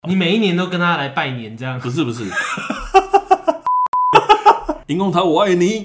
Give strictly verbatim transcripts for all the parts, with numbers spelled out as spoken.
你每一年都跟他来拜年，这样？ 不是不是，荧光桃我爱你。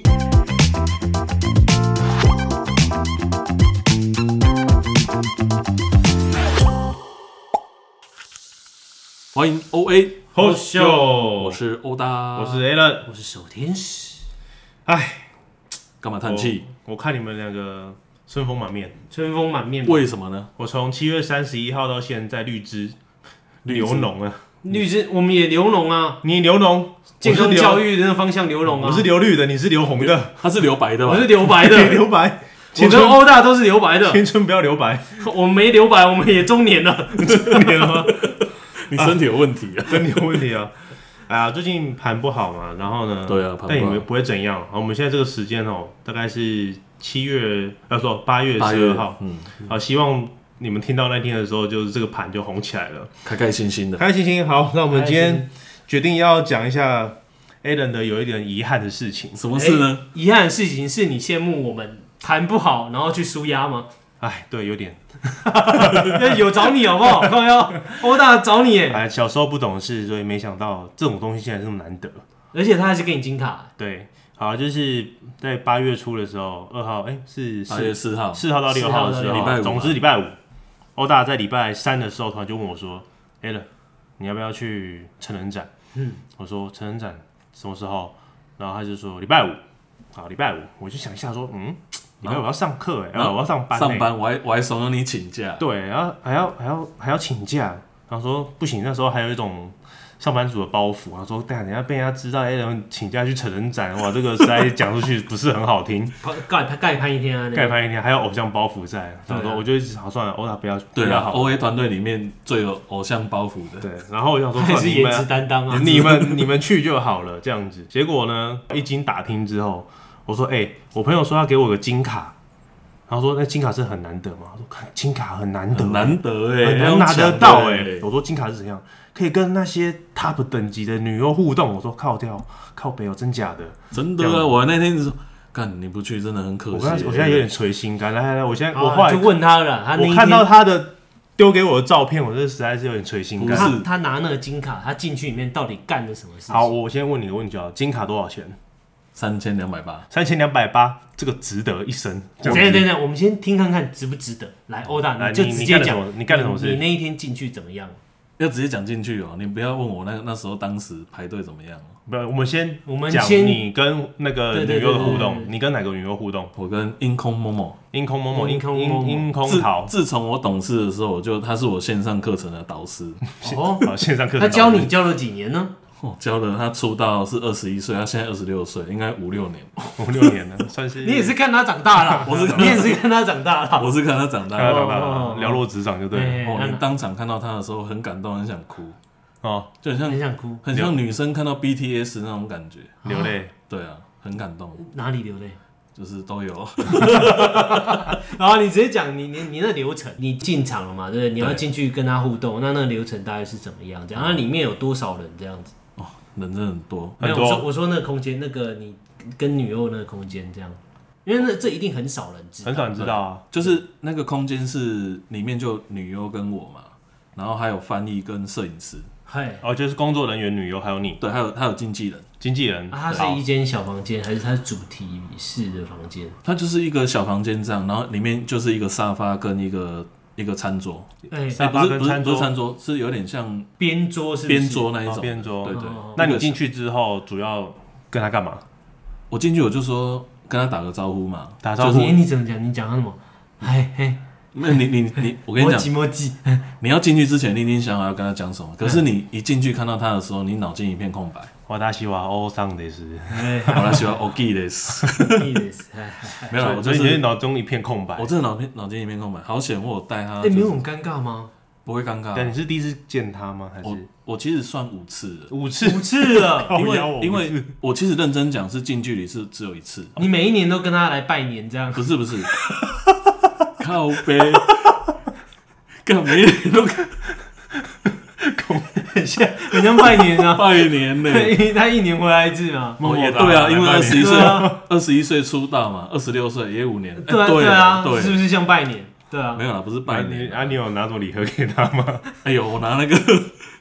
欢迎 O A 好秀， 我是欧大， 我是 Alan， 我是守天使。 哎， 干嘛叹气？ 我, 我看你们两个春风满面， 春风满面。 为什么呢？ 我从七月三十一号到现在，绿枝流脓了。 绿枝我们也流脓啊， 你流脓， 健康教育的那个方向流脓啊。 我是流绿的，你是流红的， 他是留白的吧？ 我是留白的， 留白。 我跟欧大都是留白的， 青春不要留白。 我们没留白，我们也中年了， 中年了吗？ 你身体有问题啊， 身体有问题啊！哎呀，最近盘不好嘛，然后呢？ 对啊，盘不好。 但你们不会怎样。好，我们现在这个时间哦，大概是七月，要说八月十二号。嗯，好，希望你们听到那天的时候，就是这个盘就红起来了， 开开心心的， 开开心心。好，那我们今天决定要讲一下 Alan 的有一点遗憾的事情。 什么事呢？ 遗憾的事情是你羡慕我们盘不好，然后去输压吗？ 哎，对，有点。 有找你好不好？靠腰，欧大找你耶！ 哎，小时候不懂事，所以没想到这种东西现在这么难得。 而且他还是给你金卡。 对，好，就是在八月初的时候，二号，哎，是八月四号， 四号到六号的时候， 礼拜五， 总之礼拜五，欧大在礼拜三的时候，突然就问我说 ：“Alan， 你要不要去成人展？”嗯，我说成人展什么时候？然后他就说礼拜五。好，礼拜五，我就想一下说，嗯。礼拜五要上课哎、欸，我要上班、欸。 上班，我还我还怂恿你请假。 对，然后还要还要还要请假，然后说不行，那时候还有一种上班族的包袱。他说，等下被人家知道，哎、欸，人请假去成人展，哇，这个实在讲出去不是很好听。 盖盖攀一天啊， 盖攀一天，还有偶像包袱在。然后说，我就好算了，欧大不要。 对了 ，O A 团队里面最有偶像包袱的。 对，然后我想说， 还是颜值担当啊， 你们你们去就好了，这样子。结果呢，一经打听之后，我说，哎、欸，我朋友说要给我个金卡。然后说那金卡是很难得嘛？我说金卡很难得、欸， 很难得哎、欸， 很难拿得到哎、欸。我说金卡是怎样？可以跟那些 top 等级的女优互动。我说靠掉靠北哦，真假的？ 真的啊！我那天就说，干你不去真的很可惜、欸。 我我现在有点捶心肝。来来来，我现在、啊、我后来就问他了，他我看到他的丢给我的照片，我这实在是有点捶心肝。 他他拿那个金卡，他进去里面到底干了什么事情？ 好，我先问你个问题啊，金卡多少钱？ 三千两百八， 三千两百八，这个值得一生。 等等等等，我们先听看看值不值得。来，欧大，你就直接讲， 你干了什么事？ 你那一天进去怎么样？ 要直接讲进去哦，你不要问我那那时候当时排队怎么样。 不，我们先我们讲你跟那个女优的互动。你跟哪个女优互动？ 我跟樱空某某， 樱空某某， 樱空樱空桃。 自从我懂事的时候，我就他是我线上课程的导师。 哦，线上课程。 他教你教了几年呢？ 哦，教了他出道是二十一岁，他现在二十六岁，应该五六年， 五六年了，算是。 你也是看他长大了，我是你也是看他长大了， 我是看他长大， 看他长大了，寥落指掌就对了。 哦，你当场看到他的时候很感动，很想哭， 哦， 就很像很想哭， 很像女生看到 B T S 那种感觉， 流泪。 对啊，很感动。 哪里流泪？ 就是都有。 然后你直接讲你你你那流程，你进场了嘛，对不对？你要进去跟他互动，那那个流程大概是怎么样？这样，那里面有多少人这样子？ 哦，人真的很多， 没有。我说我说那个空间，那个你跟女优那个空间这样，因为那这一定很少人知道， 很少人知道啊。 就是那个空间是里面就女优跟我嘛，然后还有翻译跟摄影师。 嗨，哦，就是工作人员、女优还有你， 对，还有还有经纪人， 经纪人。 啊，它是一间小房间，还是它是主题式的房间？ 它就是一个小房间这样，然后里面就是一个沙发跟一个一个餐桌。 哎， 沙发跟餐桌， 不是餐桌，是有点像边桌，是边桌那一种。 边桌， 对对。 那你进去之后，主要跟他干嘛？ 我进去我就说跟他打个招呼嘛， 打招呼。 你你怎么讲？你讲他什么？嘿嘿。 那你你你，我跟你讲， 摸鸡你要进去之前，你一定想好要跟他讲什么。可是你一进去看到他的时候，你脑筋一片空白。 我大希望欧桑的是， 我大希望 OK 的是，没有，我就是脑中一片空白。 我真的脑脑筋一片空白，好险我有带他。 哎，没有很尴尬吗？ 不会尴尬。 对，你是第一次见他吗？还是我我其实算五次了， 五次五次了， 因为因为我其实认真讲是近距离是只有一次。 你每一年都跟他来拜年这样？ 不是不是，靠北。干每年都很像很像拜年啊， 拜年呢、 欸，他一年回来一次嘛。 哦，也对啊，因为二十一岁，二十一岁出道嘛，二十六岁也五年。 对啊，对啊，对，是不是像拜年？对啊， 没有啦，不是拜年啊。你有拿什么礼盒给他吗？ 哎呦，我拿那个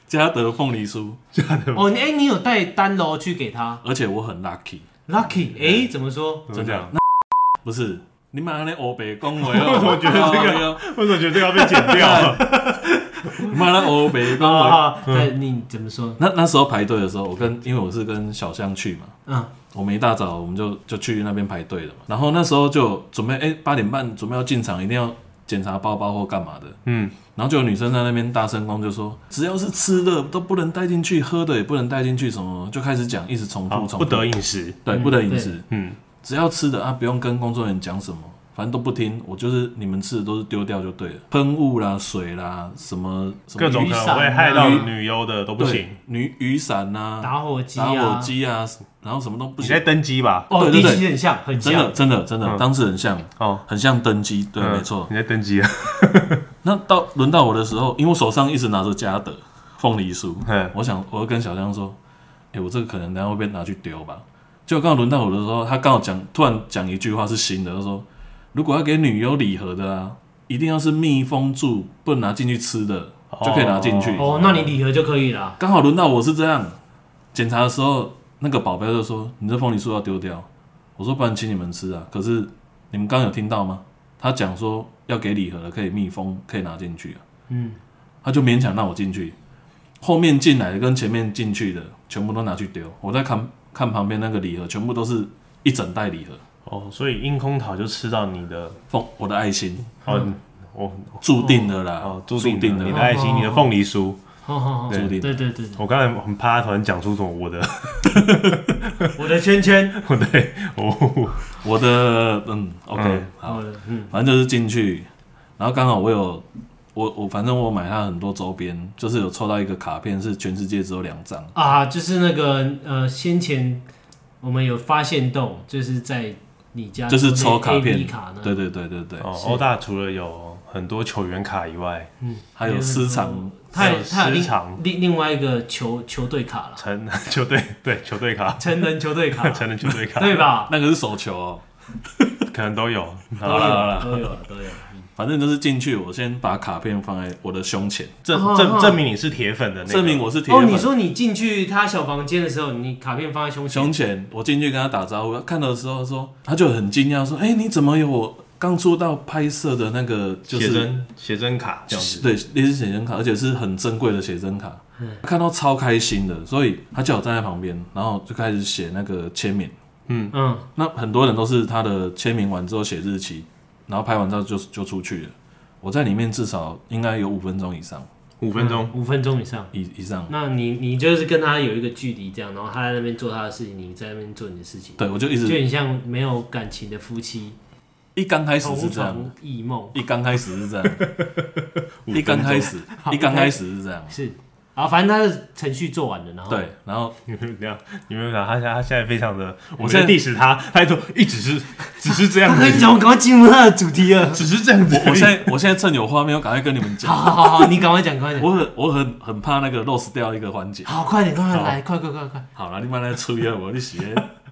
嘉德凤梨酥， 哦，哎、欸，你有带单楼去给他而且我很 lucky。 ？Lucky， 哎、欸，怎么说？ 怎么讲？ 不是你妈那欧北恭维我怎么觉得这个？为什么觉得这个要被剪掉？ 你妈那欧北恭维。 啊，那你怎么说？ 那那时候排队的时候，我跟因为我是跟小香去嘛， 嗯， 我们一大早我们就就去那边排队了嘛。然后那时候就准备，哎、欸，八点半准备要进场，一定要检查包包或干嘛的。嗯，然后就有女生在那边大声公就说，只要是吃的都不能带进去，喝的也不能带进去，什么就开始讲，一直重复重复。 不得饮食， 对，不得饮食。 嗯， 只要吃的啊，不用跟工作人员讲什么。反正都不听，我就是你们吃的都是丢掉就对了，喷雾啦、水啦，什么什么各种可能会害到女优的都不行。 女雨伞呐、 打火机、啊、 打火机啊，然后什么都不行。 你在登机吧？ 哦， 对对对， 很像，很像， 真的真的真的， 嗯、 当时很像哦， 很像登机，对，嗯、没错。 你在登机啊？ 那到轮到我的时候，因为我手上一直拿着嘉德凤梨酥，我想我就跟小江说，哎、欸，我这个可能等下会被拿去丢吧。结果刚好轮到我的时候，他刚好讲，突然讲一句话是新的，他说。如果要给女优礼盒的啊，一定要是密封住，不能拿进去吃的，就可以拿进去。 哦，那你礼盒就可以了。 刚好轮到我是这样，检查的时候，那个保镖就说：“你这凤梨酥要丢掉。”我说：“不然请你们吃啊。”可是你们刚刚有听到吗？他讲说要给礼盒的可以密封，可以拿进去啊。嗯，他就勉强让我进去。后面进来的跟前面进去的全部都拿去丢。我在看看旁边那个礼盒，全部都是一整袋礼盒。 哦，所以樱空桃就吃到你的凤，我的爱心， 哦，我注定的啦， 哦，注定的， 你的爱心，你的凤梨酥， 哦，注定，对对对。 我刚才很怕他突然讲出什么我的， 我的圈圈， 对，哦，我的，嗯 ，OK，好，嗯，反正就是进去，然后刚好我有，我我反正我买他很多周边，就是有抽到一个卡片，是全世界只有两张啊，就是那个呃，先前我们有发现洞，就是在。你家就是抽卡片卡呢？ 对对对对对。 哦，欧大除了有很多球员卡以外， 嗯，还有私藏， 他有他有藏另另外一个球球队卡了， 成球队对球队卡， 成人球队卡， 成人球队卡， 对吧？ 那个是手球哦， 可能都有， 都有都有都有。 反正就是进去，我先把卡片放在我的胸前， 证证证明你是铁粉的那个， 证明我是铁粉。 哦，你说你进去他小房间的时候，你卡片放在胸前， 胸前，我进去跟他打招呼，看到的时候说，他就很惊讶说：“哎、欸，你怎么有我刚出道拍摄的那个就是写真写真卡这样子？ 对，类似写真卡，而且是很珍贵的写真卡。嗯，看到超开心的，所以他叫我站在旁边，然后就开始写那个签名。嗯嗯，那很多人都是他的签名完之后写日期，然后拍完照就就出去了。我在里面至少应该有五分钟以上， 五分钟， 五、嗯、分钟以上以以上。 那你你就是跟他有一个距离，这样，然后他在那边做他的事情，你在那边做你的事情。 对，我就一直就很像没有感情的夫妻。 一刚开始是这样， 异梦。 一刚开始是这样，一刚开始，一刚开始是这样， 是。啊，反正他的程序做完了，然后对，然后你们这样，你们讲他现在他现在非常的，我现在 diss 他，他说一直是只是这样子。 我跟你讲，我赶快进入他的主题了， 只是这样子。 我现在我现在趁有画面，我赶快跟你们讲。 好好好，你赶快讲，快点。 我很我很很怕那个 lost 掉一个环节。 好，快点，快点来，快快快快。 好了，你慢来吹啊，我你写。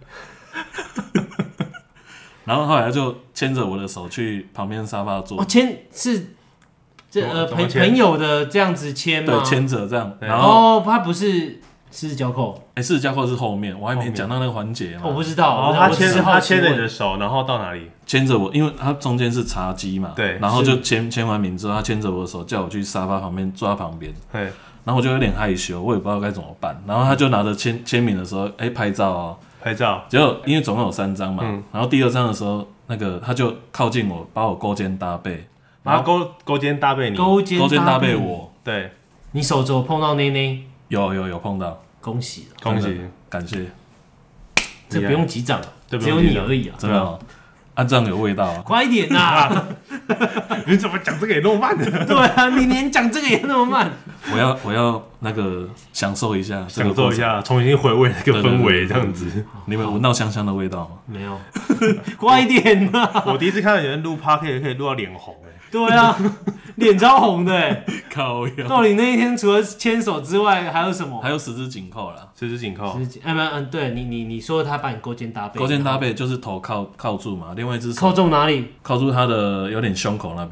然后后来就牵着我的手去旁边沙发坐。 哦，牵是。这呃朋朋友的这样子签吗？ 对，牵着这样。然后、哦、他不是十字交扣， 哎、欸，十字交扣是后面，我还没讲到那个环节嘛。 我不知道， 哦、他牵他牵着你的手，然后到哪里？ 牵着我，因为他中间是茶几嘛， 对， 然后就签签完名之后，他牵着我的手，叫我去沙发旁边坐在旁边， 对， 然后我就有点害羞，我也不知道该怎么办。然后他就拿着签签名的时候，哎、欸，拍照哦， 拍照。 结果因为总共有三张嘛、嗯，然后第二张的时候，那个他就靠近我，把我勾肩搭背。 然后勾勾肩搭背你， 勾肩勾肩搭背我， 对， 你手肘碰到内内， 有有有碰到， 恭喜了， 恭喜， 感谢， 这不用击掌，只有你而已啊， 真的、哦，按这样有味道啊， 快一点呐！ 你怎么讲这个也那么慢呢？ 对啊，你连讲这个也那么慢， 我要我要那个享受一下， 享受一下，重新回味那个氛围，这样子。 你们闻到香香的味道吗？ 没有，快一点呐！ 我第一次看到有人录 podcast 可以录到脸红哎。 对啊，脸超红的哎！ 靠腰！ 到底那一天除了牵手之外，还有什么？ 还有十指紧扣啦， 十指紧扣。 十指哎，不，嗯，对你你你说他把你勾肩搭背， 勾肩搭背就是头靠靠住嘛，另外一只手靠住哪里？ 靠住他的有点胸口那边，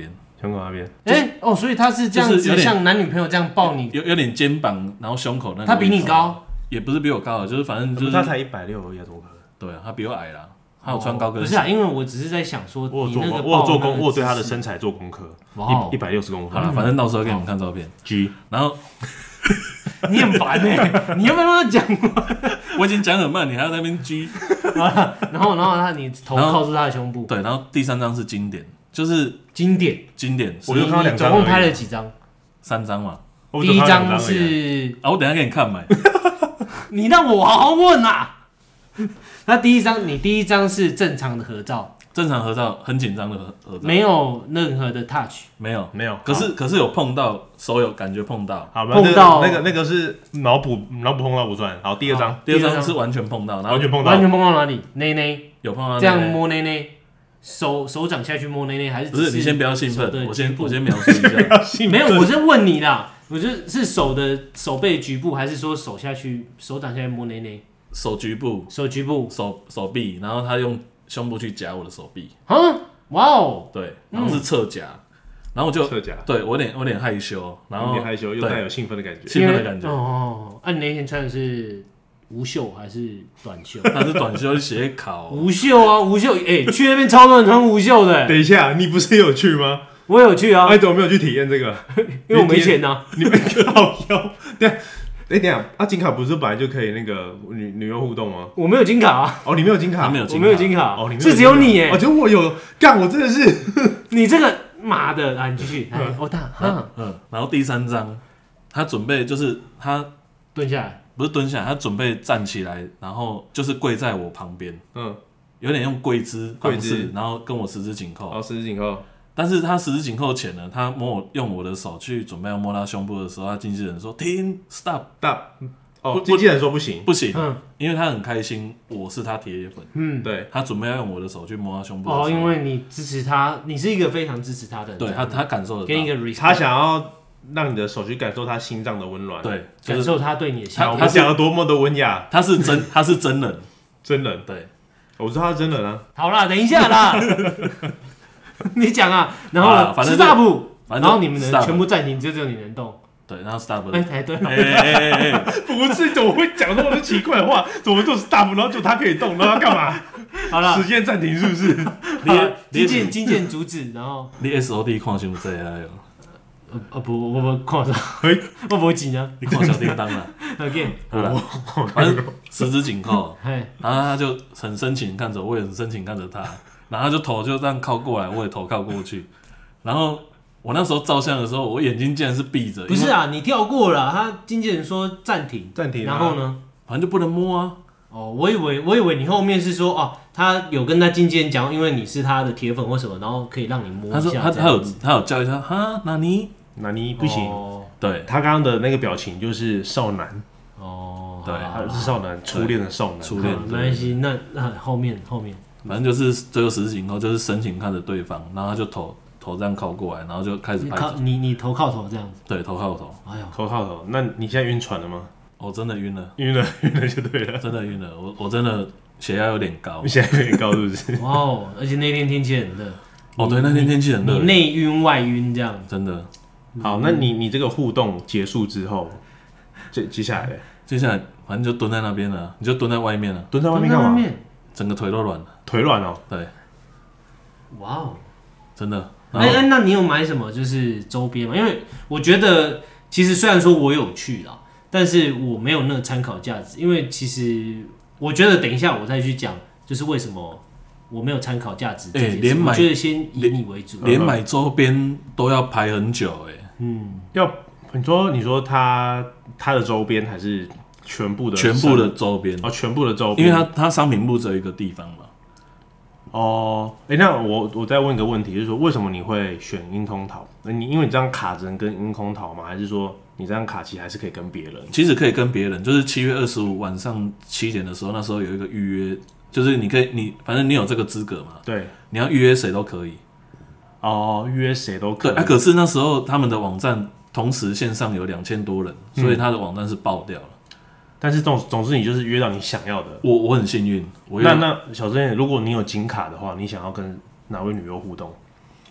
胸口那边。 哎、欸、哦，所以他是这样子，像男女朋友这样抱你， 有有点肩膀，然后胸口那个。 他比你高， 也不是比我高的，就是反正就是他才一百六而已，怎么可能？ 对啊，他比我矮啦。还有穿高跟鞋、哦， 不是啊，因为我只是在想说， 我有做功， 我有做功，我有对他的身材做功课，一一百六十公分。 好了，反正到时候给你们看照片。 G， 然后你很烦哎、欸，你要不要让他讲话？ 我已经讲很慢，你还要在那边 G。 然后，然后他你头靠住他的胸部。 对，然后第三张是经典，就是经典， 经典。 我就看到两张， 总共拍了几张？ 三张嘛。 第一张是啊，我等一下给你看嘛。 你让我好好问啊。那第一张，你第一张是正常的合照， 正常合照，很紧张的合照， 没有任何的 touch， 没有没有， 可是可是有碰到，手有感觉碰到， 好， 碰到那个那个是脑补脑补碰到不算。好，第二张， 第二张是完全碰到，然后完全碰到， 完全碰到哪里？内内有碰到， 这样摸内内，手手掌下去摸内内，还是不是？你先不要兴奋，我先我先描述一下， 没有，我是问你啦，我是是手的手背局部，还是说手下去手掌下去摸内内？ 手局部， 手局部， 手手臂，然后他用胸部去夹我的手臂。 啊，哇哦， 对，然后是侧夹，嗯、然后我就侧夹， 对我有点我有点害羞，然后有点害羞，又带有兴奋的感觉， 兴奋的感觉。 哦，啊，你那天穿的是无袖还是短袖？ 他是短袖斜烤。 无袖啊，无袖，哎、欸，去那边超多人穿无袖的、欸。 等一下，你不是有去吗？ 我有去啊。 哎、啊，怎么没有去体验这个？ 因为我没钱呐、啊。 你没靠腰，对。哎、欸，等一下，啊，金卡不是本来就可以那个女女优互动吗？ 我没有金卡啊。 哦，你没有金卡， 没有金卡， 我没有金卡。 哦，你是只有你耶。 哦，就我有，干，我真的是， 你这个妈的啊！你继续，哎，欧大， 嗯嗯，然后第三张，他准备就是他蹲下来， 不是蹲下来，他准备站起来，然后就是跪在我旁边，嗯，有点用跪姿方式，然后跟我十指紧扣， 哦，十指紧扣。 但是他十指紧扣前呢，他摸我用我的手去准备要摸他胸部的时候，他经纪人说停 ，stop，stop。 哦，经纪人说不行， 不行，嗯，因为他很开心，我是他铁粉， 嗯， 对， 他准备要用我的手去摸他胸部的哦，因为你支持他，你是一个非常支持他的人， 对他，他感受得到， 给你一个 respect， 他想要让你的手去感受他心脏的温暖， 对， 就是、感受他对你的心， 他他讲的多么的文雅， 他是真，他是真人， 真人， 对， 我知道他是真人啊， 好啦，等一下啦，你讲啊，然后呢，吃大补，然后你们的全部暂停，就只有你能动。 对，然后 stop， 哎、欸，对， 哎哎哎哎， 不是，怎么会讲那么多奇怪的话？怎么都是 stop， 然后就他可以动，然后他干嘛？ 好了， 时间暂停是不是？ 你经纪经纪人阻止，然后你 S O D 看伤济啊哟。 呃呃不，我我看啥？我无钱啊！ 你看小叮当啦。 OK， 好了，反正十指紧扣，然后他就很深情看着我，我也很深情看着他，然后他就头就这样靠过来，我也头靠过去，然后。我那时候照相的时候，我眼睛竟然是闭着。 不是啊，你跳过了、啊。他经纪人说暂停， 暂停、啊。 然后呢？ 反正就不能摸啊。 哦，我以为我以为你后面是说哦，他有跟他经纪人讲，因为你是他的铁粉或什么，然后可以让你摸一下。 他说他他有他有叫一下哈，那你那你不行。 哦、 对他刚刚的那个表情就是少男。 哦， 对， 他是少男，初恋的少男。 初恋。 没关系，那那后面后面， 反正就是最后十指紧扣，就是深情看着对方，然后他就头。头这样靠过来，然后就开始拍靠你你头靠头这样子， 对，头靠头， 哎呦， 头靠头。那你现在晕船了吗？ 我真的晕了， 晕了，晕了就对了， 真的晕了。我我真的血压有点高， 血压有点高是不是？ 哇哦，而且那天天气很热。 哦，对，那天天气很热， 你内晕外晕这样， 真的。 好，那你你这个互动结束之后，接接下来嘞？ 接下来反正就蹲在那边了，你就蹲在外面了， 蹲在外面干嘛？ 整个腿都软了， 腿软哦。 对， 哇哦， 真的。 哎哎、欸，那你有买什么就是周边吗？因为我觉得其实虽然说我有去啦，但是我没有那个参考价值。因为其实我觉得等一下我再去讲，就是为什么我没有参考价值。哎、欸， 连买， 我觉得先以你为主， 连买周边都要排很久哎、欸。 嗯， 要你说你说他他的周边还是全部的全部的周边哦，全部的周边， 因为他他商品部只有一个地方嘛。 哦，哎、欸，那我我再问一个问题，就是说为什么你会选樱通桃？你因为你这样卡只能跟樱通桃吗？还是说你这样卡其实还是可以跟别人？ 其实可以跟别人，就是七月二十五晚上七点的时候，那时候有一个预约，就是你可以你反正你有这个资格嘛， 对， 你要预约谁都可以。 哦，预约谁都可以。 对啊，可是那时候他们的网站同时线上有两千多人，所以他的网站是爆掉了。嗯， 但是总总之你就是约到你想要的。 我我很幸运。 那那小郑，如果你有金卡的话，你想要跟哪位女优互动？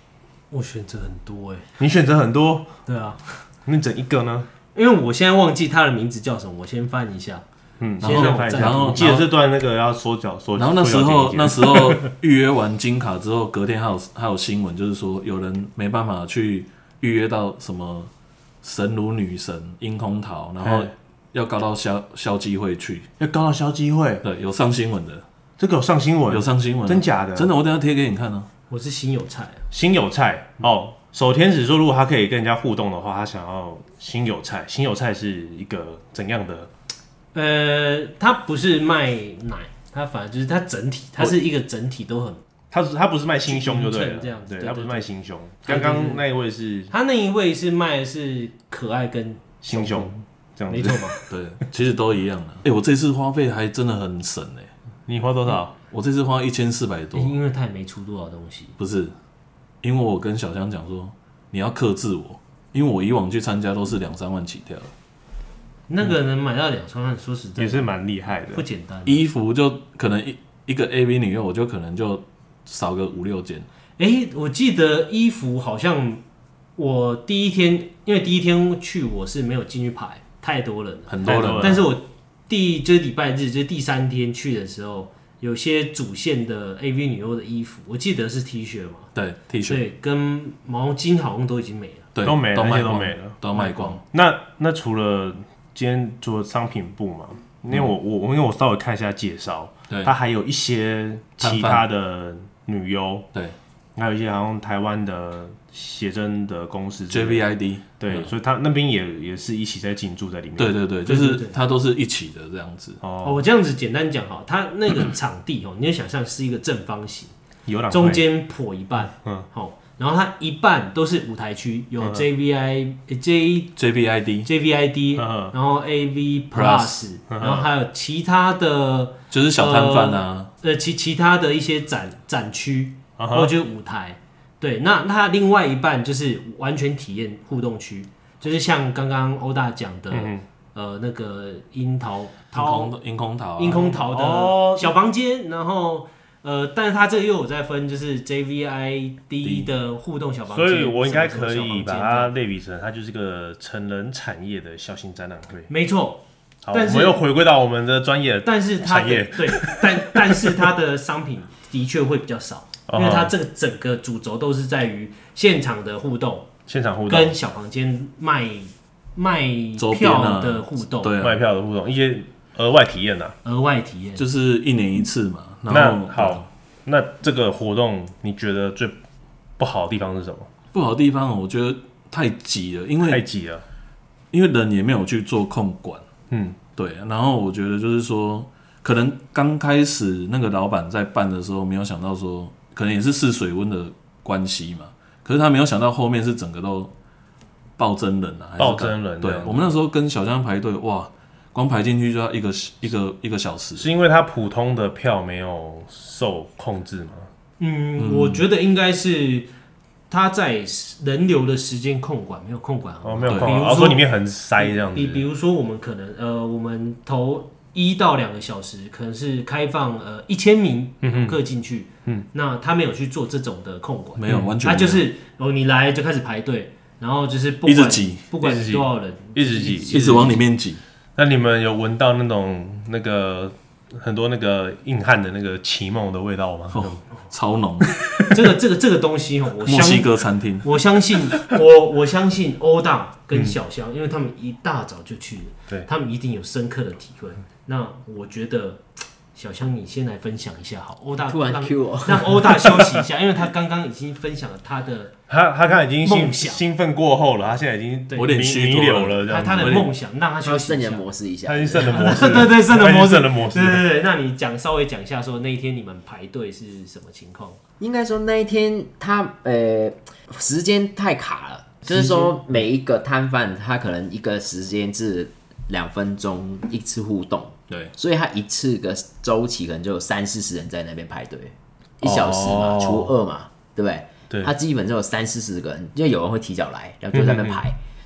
我选择很多哎、欸， 你选择很多， 对啊， 你整一个呢？ 因为我现在忘记他的名字叫什么，我先翻一下。 嗯， 先让我翻一下。 然后记得这段那个要缩脚缩。 然后那时候那时候预约完金卡之后，隔天还有还有新闻，就是说有人没办法去预约到什么神如女神、樱空桃，然后要告到消消基会去， 要告到消基会。 对，有上新闻的， 这个有上新闻， 有上新闻， 真假的？ 真的，我等一下贴给你看啊。 我是新有菜、啊， 新有菜哦。守天使说，如果他可以跟人家互动的话，他想要新有菜。新有菜是一个怎样的？ 呃，它不是卖奶，它反而就是它整体，它是一个整体都很。 他他不是卖心胸就对了， 这样子， 对， 对他不是卖心胸。刚刚那一位是， 他那一位是卖的是可爱跟心胸，这样子没错吧？ 对，其实都一样的。哎、欸，我这次花费还真的很省哎、欸。 你花多少？ 我这次花一千四百多、 欸，因为他也没出多少东西。 不是，因为我跟小香讲说，你要克制我，因为我以往去参加都是两三万起跳。 那个能买到两三万，说实在也是蛮厉害的， 不简单。 衣服就可能一一个 A V 女优，我就可能就少个五六件。 哎、欸，我记得衣服好像我第一天，因为第一天去我是没有进去排，太多人了， 很多人了。 但是我第就是礼拜日，就是第三天去的时候，有些主线的 A V 女优的衣服，我记得是 T 恤嘛， 对 T 恤， 对，跟毛巾好像都已经没了， 对， 都没了， 都卖都没了， 都卖光。 那那除了今天除了商品部嘛，因为我我因为我稍微看一下介绍， 对， 它还有一些其他的女优， 对， 还有一些好像台湾的写真的公司 J V I D， 对，嗯、所以他那边也也是一起在进驻在里面。 对对对，就是它都是一起的这样子。 哦，我、哦、这样子简单讲哈，它那个场地哦，你就想象是一个正方形，中间破一半，嗯，好。然后它一半都是舞台区，有 J V I、嗯、J J V I D、 J V I D，、嗯、然后 A V Plus，、嗯、然后还有其他的， 就是小摊贩啊， 呃，其其他的一些展展区，然后就是舞台。对，那那它另外一半就是完全体验互动区，就是像刚刚欧大讲的，嗯、呃，那个樱桃桃樱空桃樱空桃的小房间，然后。呃，但是它这个又有在分，就是 J V I D 的互动小房间， 所以我应该可以把它类比成，它就是个成人产业的小型展览会。 没错， 好，但是我们又回归到我们的专业， 但是它的对，但但是它的商品的确会比较少，因为它这个整个主轴都是在于现场的互动， 现场互动跟小房间卖卖票的互动， 对、啊， 卖票的互动，一些额外体验呐、 啊，额外体验就是一年一次嘛。 那好，那这个活动你觉得最不好的地方是什么？ 不好的地方，我觉得太挤了，因为太挤了， 因为人也没有去做控管， 嗯， 对。然后我觉得就是说，可能刚开始那个老板在办的时候，没有想到说，可能也是试水温的关系嘛。可是他没有想到后面是整个都爆真人啊， 爆真人。 对，我们那时候跟小江排队，哇！光排进去就要一个一个一个小时， 是因为它普通的票没有受控制吗？ 嗯，嗯我觉得应该是他在人流的时间控管没有控管好， 哦，没有控管，然后说里面很塞这样子。 比比如说我们可能呃，我们头一到两个小时可能是开放呃一千名顾客进去，嗯，那他没有去做这种的控管， 没有完全没有， 他就是哦你来就开始排队，然后就是不管一直挤， 不管多少人， 一直挤， 一直往里面挤。 那你们有闻到那种那个很多那个硬汉的那个奇梦的味道吗？ 哦，超浓。 这个这个这个东西哦，我墨西哥餐厅， 我相信我我相信欧大跟小香、嗯，因为他们一大早就去了， 对， 他们一定有深刻的体会。那我觉得小香你先来分享一下好，欧大突然 Q 我， 让欧大休息一下，因为他刚刚已经分享了他的。 他他刚才已经兴兴奋过后了，他现在已经有点弥留了，这样他他的梦想让他休息一下， 圣人模式一下， 他已经圣人模式， 对对圣人模式， 圣人模式， 对对对。那你讲稍微讲一下，说那一天你们排队是什么情况？ 应该说那一天他呃时间太卡了，就是说每一个摊贩他可能一个时间是两分钟一次互动， 对， 所以他一次个周期可能就有三四十人在那边排队，一小时嘛，除二嘛，对不对？ 对， 他基本就有三四十个人，因为有人会提早来，然后就在那边排，嗯嗯嗯，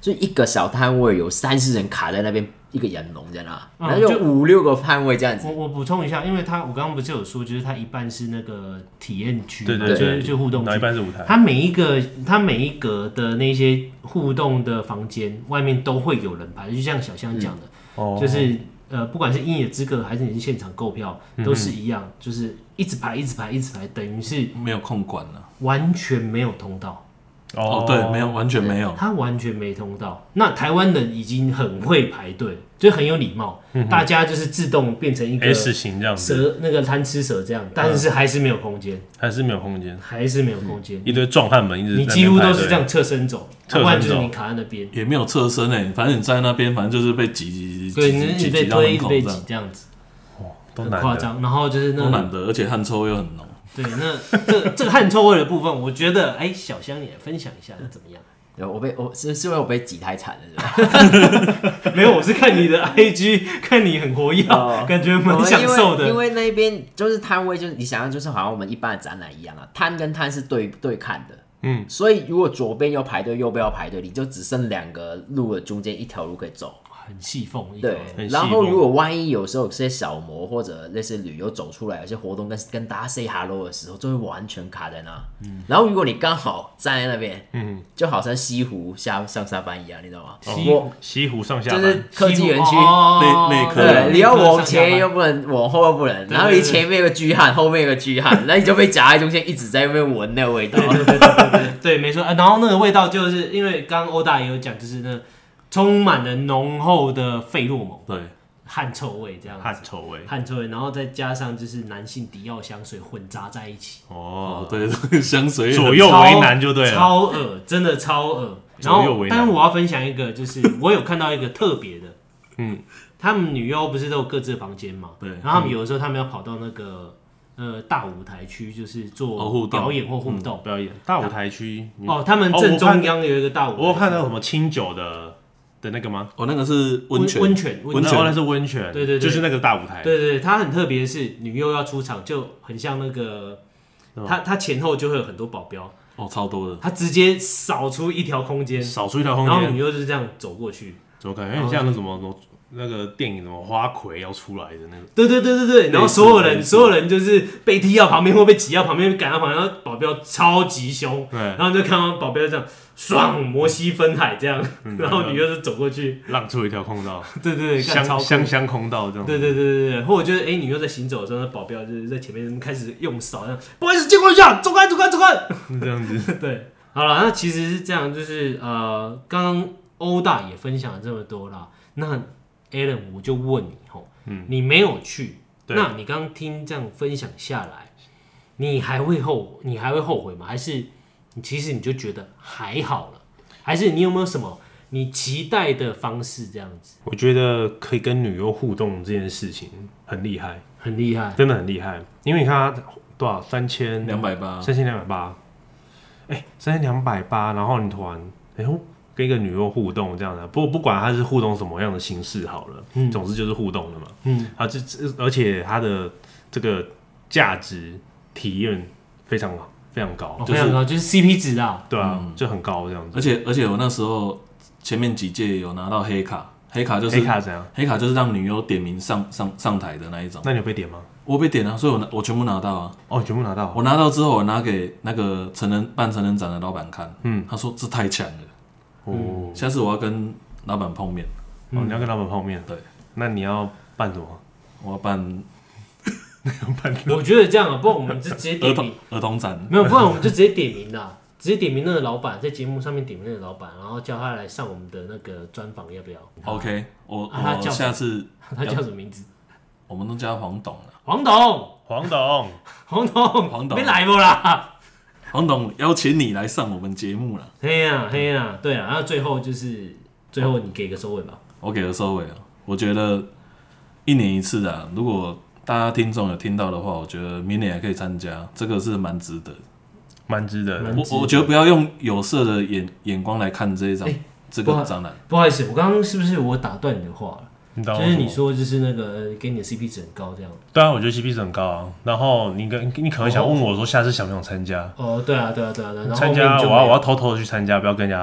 就一个小摊位有三十人卡在那边，一个人龙在那， 嗯然后有五六个摊位这样子。 我我补充一下，因为它我刚刚不是有说，就是它一半是那个体验区， 对对对， 就是就互动区， 然后一半是舞台。 它每一个它每一格的那些互动的房间外面都会有人排，就像小香讲的， 哦就是呃，不管是鹰眼资格还是你是现场购票，都是一样，就是一直排一直排一直排，等于是没有空管了。 完全没有通道。 哦，对，没有，完全没有。 他完全没通道。那台湾人已经很会排队，就很有礼貌，大家就是自动变成一个 S 型这样子， 蛇那个贪吃蛇这样，但是还是没有空间， 还是没有空间， 还是没有空间。 一堆壮汉们一直你几乎都是这样侧身走， 侧身走不然就是你卡在那边， 也没有侧身诶，反正你在那边，反正就是被挤挤挤对， 挤你挤挤到被推一直门口这样， 被挤这样子，很都难的。 夸张。然后就是那都难得，而且汗臭又很浓。 对，那这这个汗臭味的部分，我觉得，哎，小香你来分享一下是怎么样？ 有我被我是是因为我被挤太惨了，是吧？ 没有，我是看你的 I G， 看你很活跃， 哦感觉蛮享受的。 因为因为那边就是摊位，就是你想象就是好像我们一般的展览一样啊，摊跟摊是对对看的，嗯，所以如果左边要排队，右边要排队，你就只剩两个路的中间一条路可以走。 很细缝， 对， 很细然后缝如果万一有时候有些小模或者类似旅游走出来，有些活动跟跟大家 say hello 的时候，就会完全卡在那。嗯，然后如果你刚好站在那边，嗯，就好像西湖下上下班一样，你知道吗？ 西我西湖上下班就是科技园区， 哦内内科对，你要往前又又不能，往后又不能， 对然后你前面有个巨汉，后面有个巨汉，那你就被夹在中间，一直在那边闻那个味道。 对对对对对对，没错。啊然后那个味道，就是因为刚刚欧大也有讲，就是那充满了浓厚的费洛蒙、 对， 汗臭味这样子， 汗臭味。 汗臭味，然后再加上就是男性迪奥香水混杂在一起， 哦，对，对香水左右为难就对了。 超恶，真的超恶。然后， 左右为难但是我要分享一个，就是我有看到一个特别的，嗯，他们女优不是都有各自的房间嘛， 对然后他们有的时候他们要跑到那个呃大舞台区，就是哦做互动表演或互动。 表演大舞台区哦，他们正中央有一个大舞台区， 我有看到什么清酒的的那个吗？ 哦，那个是温泉， 温泉， 温泉那是温泉， 对对对就是那个大舞台。 对对对，它很特别的是，女优要出场就很像那个，她她前后就会有很多保镖， 哦，超多的。 她直接扫出一条空间， 少出一条空然后间， 女优就是这样走过去。 怎么感觉很像那什么什么那个电影什么花魁要出来的那个？ 对对对对对，然后所有人类似所有人就是被踢到旁边或被挤到旁边，赶到旁边，然后保镖超级凶， 对， 然后就看到保镖这样爽摩西分海这样，然后女优就走过去， 让出一条空道， 对对对，干超酷香香香空道这样。 对对对对对，或者就是哎、欸，女优在行走的时候，那保镖就是在前面开始用扫，这样不好意思，借过一下，走开走开走开， 这样子。 对，好了，那其实是这样，就是呃，刚刚欧大也分享了这么多啦，那 Alan 我就问你吼，嗯，你没有去， 对那你刚刚听这样分享下来，你还会后你还会后悔吗？还是你其实你就觉得还好了？还是你有没有什么你期待的方式这样子？ 我觉得可以跟女优互动这件事情很厉害， 很厉害， 真的很厉害。因为你看他多少三千两百八， 三千两百八，哎，三千两百八，然后你突然哎呦跟一个女优互动这样的，不过不管他是互动什么样的形式好了，嗯，总之就是互动的嘛，嗯，啊，这而且他的这个价值体验非常好。非常高， 哦、非常高，就是 C P 值啊， 对啊，嗯、就很高这样子。 而且而且我那时候前面几届有拿到黑卡，黑卡就是黑卡怎样？ 黑卡就是让女优点名上上上台的那一种。 那你有被点吗？ 我被点啊，所以我拿我全部拿到啊。 哦，全部拿到。 我拿到之后，我拿给那个成人办成人展的老板看，嗯，他说这太强了，哦，下次我要跟老板碰面。 哦，你要跟老板碰面？ 对。 那你要办什么？ 我要办。 我觉得这样啊，不然我们就直接点名儿童展， 没有，不然我们就直接点名啦，直接点名那个老板，在节目上面点名那个老板，然后叫他来上我们的那个专访，要不要 ？OK， 我啊、 我下次他叫什么名字？ 我们都叫他黄董了。 黄董， 黄董， 黄董， 黄董， 没来不啦？ 黄董邀请你来上我们节目了。 嘿呀嘿呀，对啊，然后最后就是最后你给个收尾吧。 我给个收尾啊，我觉得一年一次啊，如果大家听众有听到的话，我觉得明年也可以参加，这个是蛮值得， 蛮值得的。 我我觉得不要用有色的眼眼光来看这一张、欸、这个展览。 不好意思，我刚刚是不是我打断你的话了？ 你就是你说就是那个给你的 C P 值很高这样。 对啊，我觉得 C P 值很高啊。然后你跟你可能想问我说下次想不想参加？ 哦，对啊，对啊，对啊，对啊。 参加我要我要偷偷的去参加，不要跟人家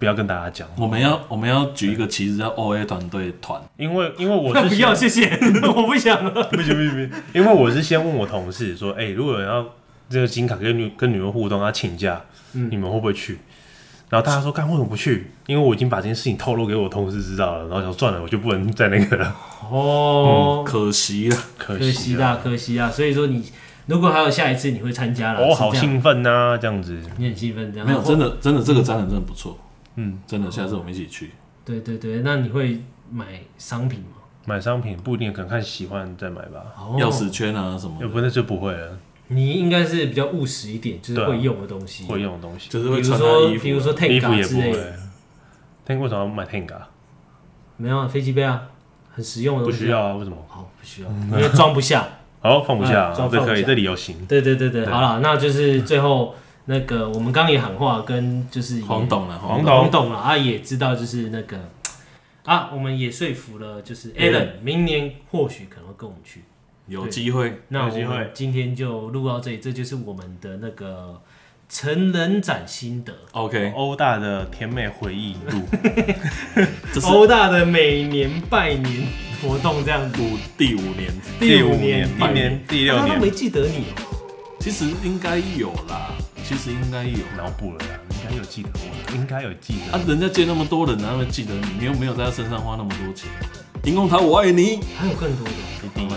不要跟大家讲。 我们要我们要举一个旗子叫 O A 团队团， 因为因为我是不要，谢谢，我不想了。 不行不行不行，因为我是先问我同事说，哎、欸，如果有人要这个金卡跟女跟女人互动，要请假，嗯，你们会不会去？然后大家说，干为什么不去？因为我已经把这件事情透露给我同事知道了，然后想算了，我就不能再那个了。 哦， 嗯、可惜了， 可惜啦，可惜啦。所以说你如果还有下一次，你会参加了。 我、哦、好兴奋呐，这样子。 你很兴奋，这样没有真的真的这个展览真的不错，嗯，真的，下次我们一起去。 对对对，那你会买商品吗？ 买商品不一定，可能看喜欢再买吧。 钥匙圈啊什么的， 要不然就不会了。 你应该是比较务实一点，就是会用的东西。 会用的东西， 就是会穿衣服， 比如说 Tenga 之类的。 Tenga 为什么要买 Tenga？ 没有飞机杯啊，很实用的东西。 不需要啊，为什么？ 哦，不需要，因为装不下。 好，放不下， 这可以，这理由行。 对对对对，好了，那就是最后那个我们刚也喊话，跟就是黄董了， 黄董，黄董了啊，也知道就是那个啊，我们也说服了，就是 Alan 明年或许可能会跟我们去。 有机会， 那我们今天就录到这里，这就是我们的那个成人展心得。 OK， 欧大的甜美回忆录， 欧大的每年拜年活动这样子， 第五年， 第五年，第年，第六年， 他都没记得你哦。 其实应该有啦，其实应该有， 脑补了啦，应该有记得我，应该有记得。 啊，人家接那么多人，哪会记得你？你又没有在他身上花那么多钱。林公桃，我爱你。 还有更多的， 一定